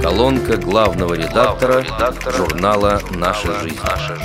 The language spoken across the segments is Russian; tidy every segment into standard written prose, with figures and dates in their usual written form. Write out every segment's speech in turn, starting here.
Колонка главного редактора журнала «Наша жизнь».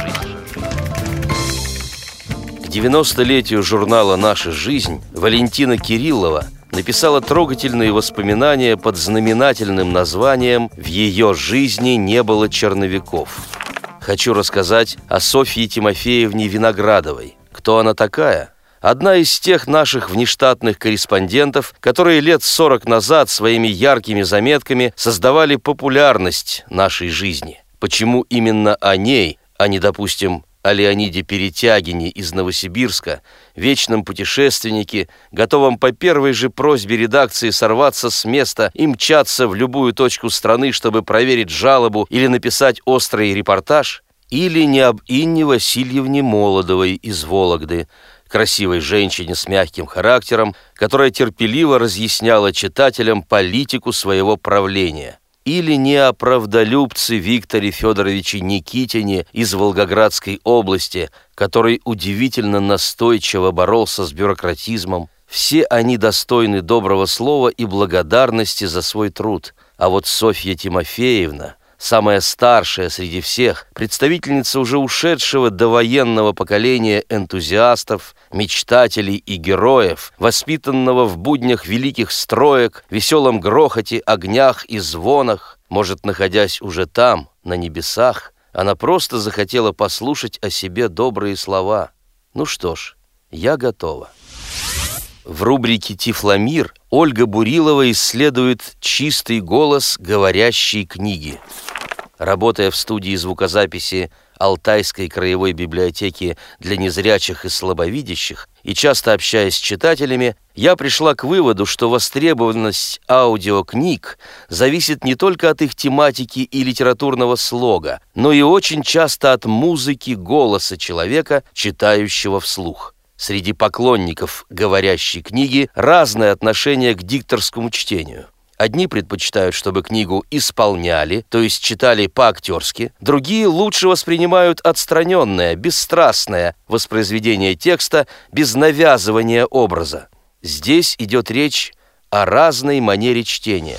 К 90-летию журнала «Наша жизнь» Валентина Кириллова написала трогательные воспоминания под знаменательным названием «В ее жизни не было черновиков». Хочу рассказать о Софье Тимофеевне Виноградовой. Кто она такая? Одна из тех наших внештатных корреспондентов, которые лет 40 назад своими яркими заметками создавали популярность нашей жизни. Почему именно о ней, а не, допустим, о Леониде Перетягине из Новосибирска, вечном путешественнике, готовом по первой же просьбе редакции сорваться с места и мчаться в любую точку страны, чтобы проверить жалобу или написать острый репортаж, или не об Инне Васильевне Молодовой из Вологды, красивой женщине с мягким характером, которая терпеливо разъясняла читателям политику своего правления. Или не о правдолюбце Викторе Федоровиче Никитине из Волгоградской области, который удивительно настойчиво боролся с бюрократизмом. Все они достойны доброго слова и благодарности за свой труд. А вот Софья Тимофеевна, самая старшая среди всех, представительница уже ушедшего довоенного поколения энтузиастов, мечтателей и героев, воспитанного в буднях великих строек, веселом грохоте, огнях и звонах, может, находясь уже там, на небесах, она просто захотела послушать о себе добрые слова. Ну что ж, я готова. В рубрике «Тифломир» Ольга Бурилова исследует чистый голос говорящей книги. Работая в студии звукозаписи Алтайской краевой библиотеки для незрячих и слабовидящих и часто общаясь с читателями, я пришла к выводу, что востребованность аудиокниг зависит не только от их тематики и литературного слога, но и очень часто от музыки голоса человека, читающего вслух. Среди поклонников говорящей книги разное отношение к дикторскому чтению. Одни предпочитают, чтобы книгу исполняли, то есть читали по-актерски, другие лучше воспринимают отстраненное, бесстрастное воспроизведение текста без навязывания образа. Здесь идет речь о разной манере чтения.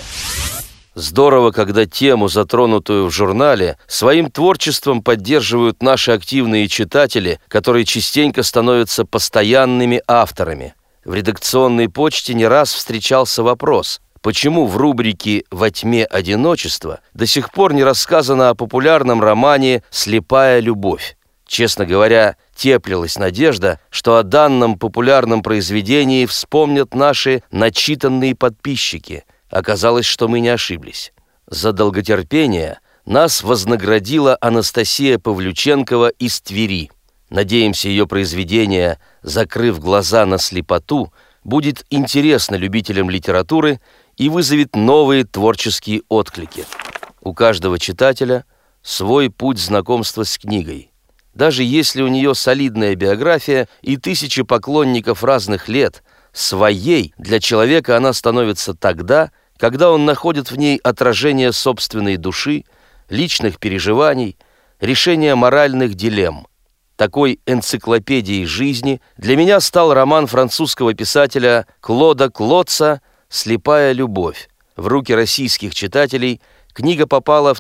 Здорово, когда тему, затронутую в журнале, своим творчеством поддерживают наши активные читатели, которые частенько становятся постоянными авторами. В редакционной почте не раз встречался вопрос, почему в рубрике «Во тьме одиночества» до сих пор не рассказано о популярном романе «Слепая любовь». Честно говоря, теплилась надежда, что о данном популярном произведении вспомнят наши начитанные подписчики. Оказалось, что мы не ошиблись. За долготерпение нас вознаградила Анастасия Павлюченкова из Твери. Надеемся, ее произведение «Закрыв глаза на слепоту» будет интересно любителям литературы и вызовет новые творческие отклики. У каждого читателя свой путь знакомства с книгой. Даже если у нее солидная биография и тысячи поклонников разных лет, своей для человека она становится тогда, когда он находит в ней отражение собственной души, личных переживаний, решение моральных дилемм. Такой энциклопедией жизни для меня стал роман французского писателя Клода Клотца «Слепая любовь». В руки российских читателей книга попала в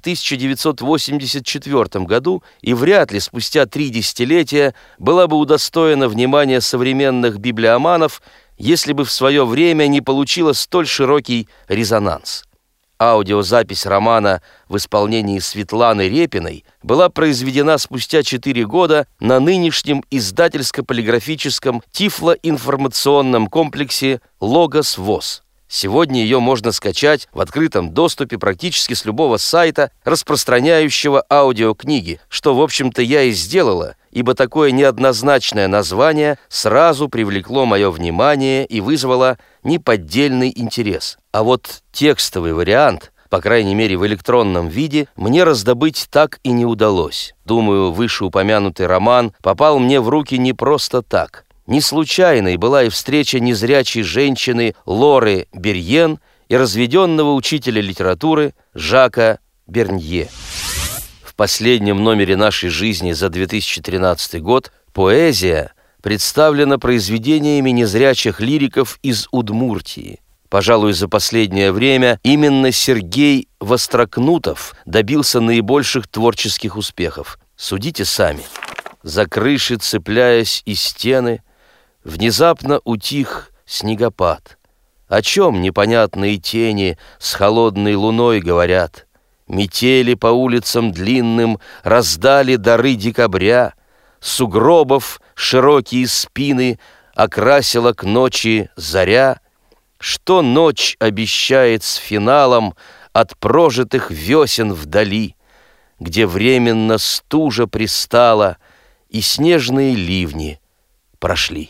1984 году и вряд ли спустя 3 десятилетия была бы удостоена внимания современных библиоманов, если бы в свое время не получила столь широкий резонанс. Аудиозапись романа в исполнении Светланы Репиной была произведена спустя 4 года на нынешнем издательско-полиграфическом тифлоинформационном комплексе «Логос ВОС». Сегодня ее можно скачать в открытом доступе практически с любого сайта, распространяющего аудиокниги, что, в общем-то, я и сделала, ибо такое неоднозначное название сразу привлекло мое внимание и вызвало неподдельный интерес. А вот текстовый вариант, по крайней мере в электронном виде, мне раздобыть так и не удалось. Думаю, вышеупомянутый роман попал мне в руки не просто так. Не случайной была и встреча незрячей женщины Лоры Берьен и разведенного учителя литературы Жака Бернье. В последнем номере «Нашей жизни» за 2013 год поэзия представлена произведениями незрячих лириков из Удмуртии. Пожалуй, за последнее время именно Сергей Вострокнутов добился наибольших творческих успехов. Судите сами. За крыши, цепляясь и стены, внезапно утих снегопад. О чем непонятные тени с холодной луной говорят? Метели по улицам длинным раздали дары декабря, сугробов широкие спины окрасила к ночи заря. Что ночь обещает с финалом от прожитых весен вдали, где временно стужа пристала и снежные ливни прошли.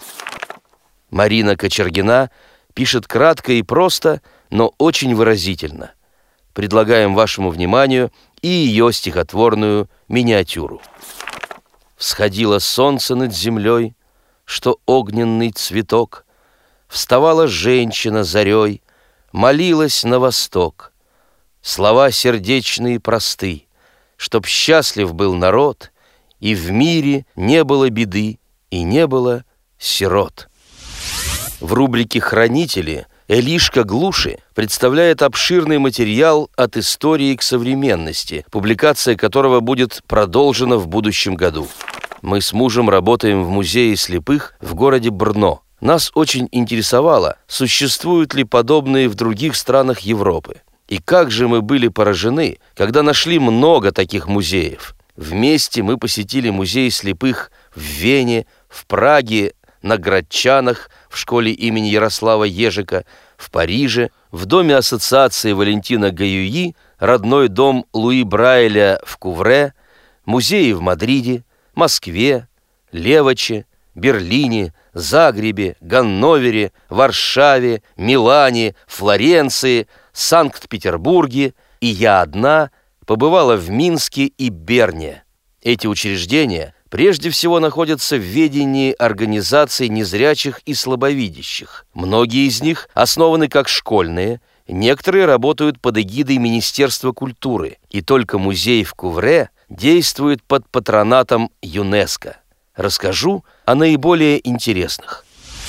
Марина Кочергина пишет кратко и просто, но очень выразительно. Предлагаем вашему вниманию и ее стихотворную миниатюру. Всходило солнце над землей, что огненный цветок. Вставала женщина зарей, молилась на восток. Слова сердечные просты, чтоб счастлив был народ, и в мире не было беды, и не было сирот. В рубрике «Хранители» Элишка Глуши представляет обширный материал «От истории к современности», публикация которого будет продолжена в будущем году. Мы с мужем работаем в музее слепых в городе Брно. Нас очень интересовало, существуют ли подобные в других странах Европы. И как же мы были поражены, когда нашли много таких музеев. Вместе мы посетили музей слепых в Вене, в Праге, на Градчанах, в школе имени Ярослава Ежика, в Париже, в доме ассоциации Валентина Гаюи, родной дом Луи Брайля в Кувре, музеи в Мадриде, Москве, Леваче, Берлине, Загребе, Ганновере, Варшаве, Милане, Флоренции, Санкт-Петербурге, и я одна побывала в Минске и Берне. Эти учреждения прежде всего находятся в ведении организаций незрячих и слабовидящих. Многие из них основаны как школьные, некоторые работают под эгидой Министерства культуры, и только музей в Кувре действует под патронатом ЮНЕСКО. Расскажу о наиболее интересных.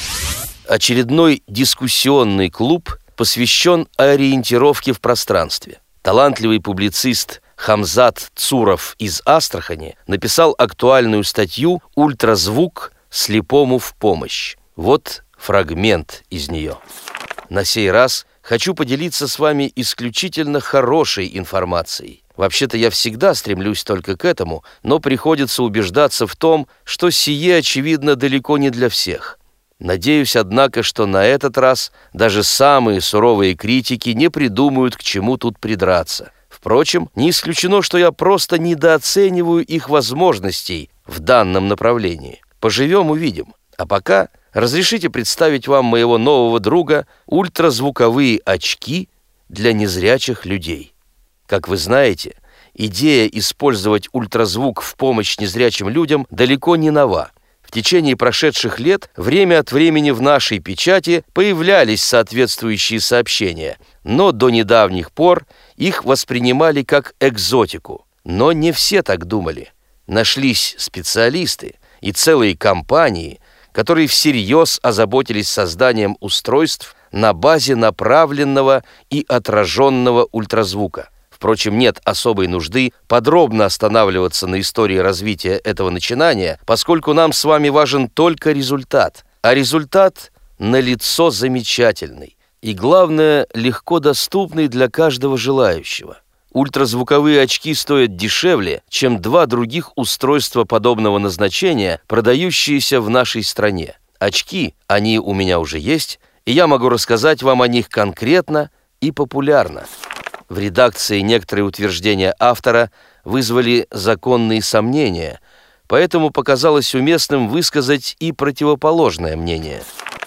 Очередной дискуссионный клуб посвящен ориентировке в пространстве. Талантливый публицист Хамзат Цуров из Астрахани написал актуальную статью «Ультразвук слепому в помощь». Вот фрагмент из нее. На сей раз хочу поделиться с вами исключительно хорошей информацией. Вообще-то я всегда стремлюсь только к этому, но приходится убеждаться в том, что сие, очевидно, далеко не для всех. Надеюсь, однако, что на этот раз даже самые суровые критики не придумают, к чему тут придраться. Впрочем, не исключено, что я просто недооцениваю их возможностей в данном направлении. Поживем — увидим. А пока разрешите представить вам моего нового друга ультразвуковые очки для незрячих людей. Как вы знаете, идея использовать ультразвук в помощь незрячим людям далеко не нова. В течение прошедших лет время от времени в нашей печати появлялись соответствующие сообщения, но до недавних пор их воспринимали как экзотику. Но не все так думали. Нашлись специалисты и целые компании, которые всерьез озаботились созданием устройств на базе направленного и отраженного ультразвука. Впрочем, нет особой нужды подробно останавливаться на истории развития этого начинания, поскольку нам с вами важен только результат. А результат налицо замечательный. И, главное, легко доступный для каждого желающего. Ультразвуковые очки стоят дешевле, чем 2 других устройства подобного назначения, продающиеся в нашей стране. Очки, они у меня уже есть, и я могу рассказать вам о них конкретно и популярно. В редакции некоторые утверждения автора вызвали законные сомнения, поэтому показалось уместным высказать и противоположное мнение.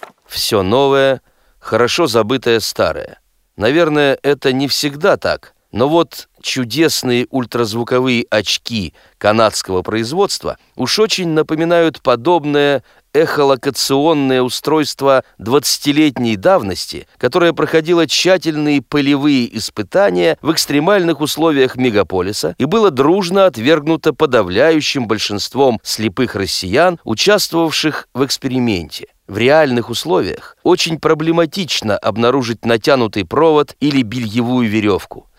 Все новое, хорошо забытое старое. Наверное, это не всегда так, но вот чудесные ультразвуковые очки канадского производства уж очень напоминают подобное эхолокационное устройство 20-летней давности, которое проходило тщательные полевые испытания в экстремальных условиях мегаполиса и было дружно отвергнуто подавляющим большинством слепых россиян, участвовавших в эксперименте. В реальных условиях очень проблематично обнаружить натянутый провод или бельевую веревку.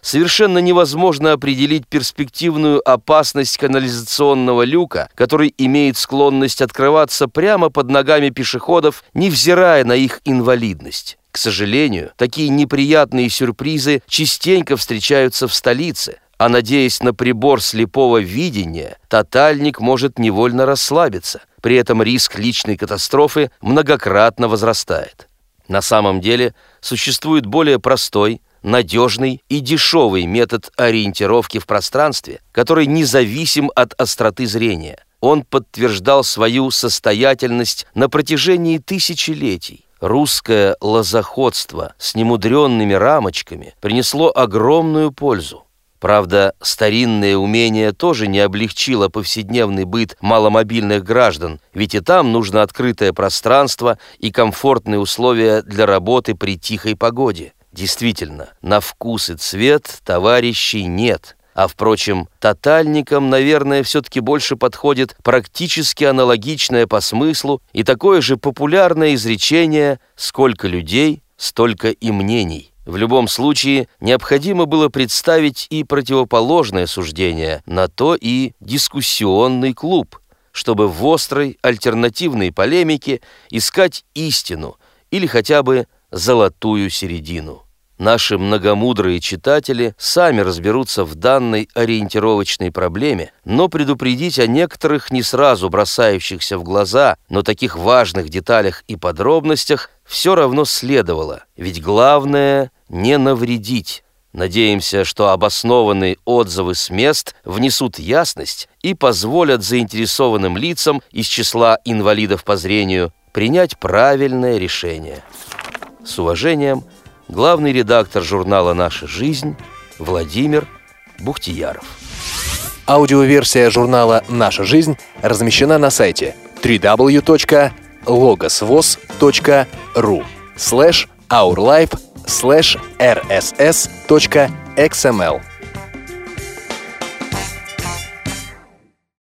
совершенно невозможно определить перспективную опасность канализационного люка, который имеет склонность открываться прямо под ногами пешеходов, невзирая на их инвалидность. К сожалению, такие неприятные сюрпризы частенько встречаются в столице, а надеясь на прибор слепого видения, тотальник может невольно расслабиться. При этом риск личной катастрофы многократно возрастает. На самом деле существует более простой, надежный и дешевый метод ориентировки в пространстве, который независим от остроты зрения. Он подтверждал свою состоятельность на протяжении тысячелетий. Русское лозоходство с немудренными рамочками принесло огромную пользу. Правда, старинное умение тоже не облегчило повседневный быт маломобильных граждан, ведь и там нужно открытое пространство и комфортные условия для работы при тихой погоде. Действительно, на вкус и цвет товарищей нет. А, впрочем, тотальникам, наверное, все-таки больше подходит практически аналогичное по смыслу и такое же популярное изречение «сколько людей, столько и мнений». В любом случае, необходимо было представить и противоположное суждение, на то и дискуссионный клуб, чтобы в острой альтернативной полемике искать истину или хотя бы золотую середину. Наши многомудрые читатели сами разберутся в данной ориентировочной проблеме, но предупредить о некоторых не сразу бросающихся в глаза, но таких важных деталях и подробностях все равно следовало, ведь главное – не навредить. Надеемся, что обоснованные отзывы с мест внесут ясность и позволят заинтересованным лицам из числа инвалидов по зрению принять правильное решение. С уважением, главный редактор журнала «Наша жизнь» Владимир Бухтияров. Аудиоверсия журнала «Наша жизнь» размещена на сайте www.logosvoz.ru/ourlife/rss.xml.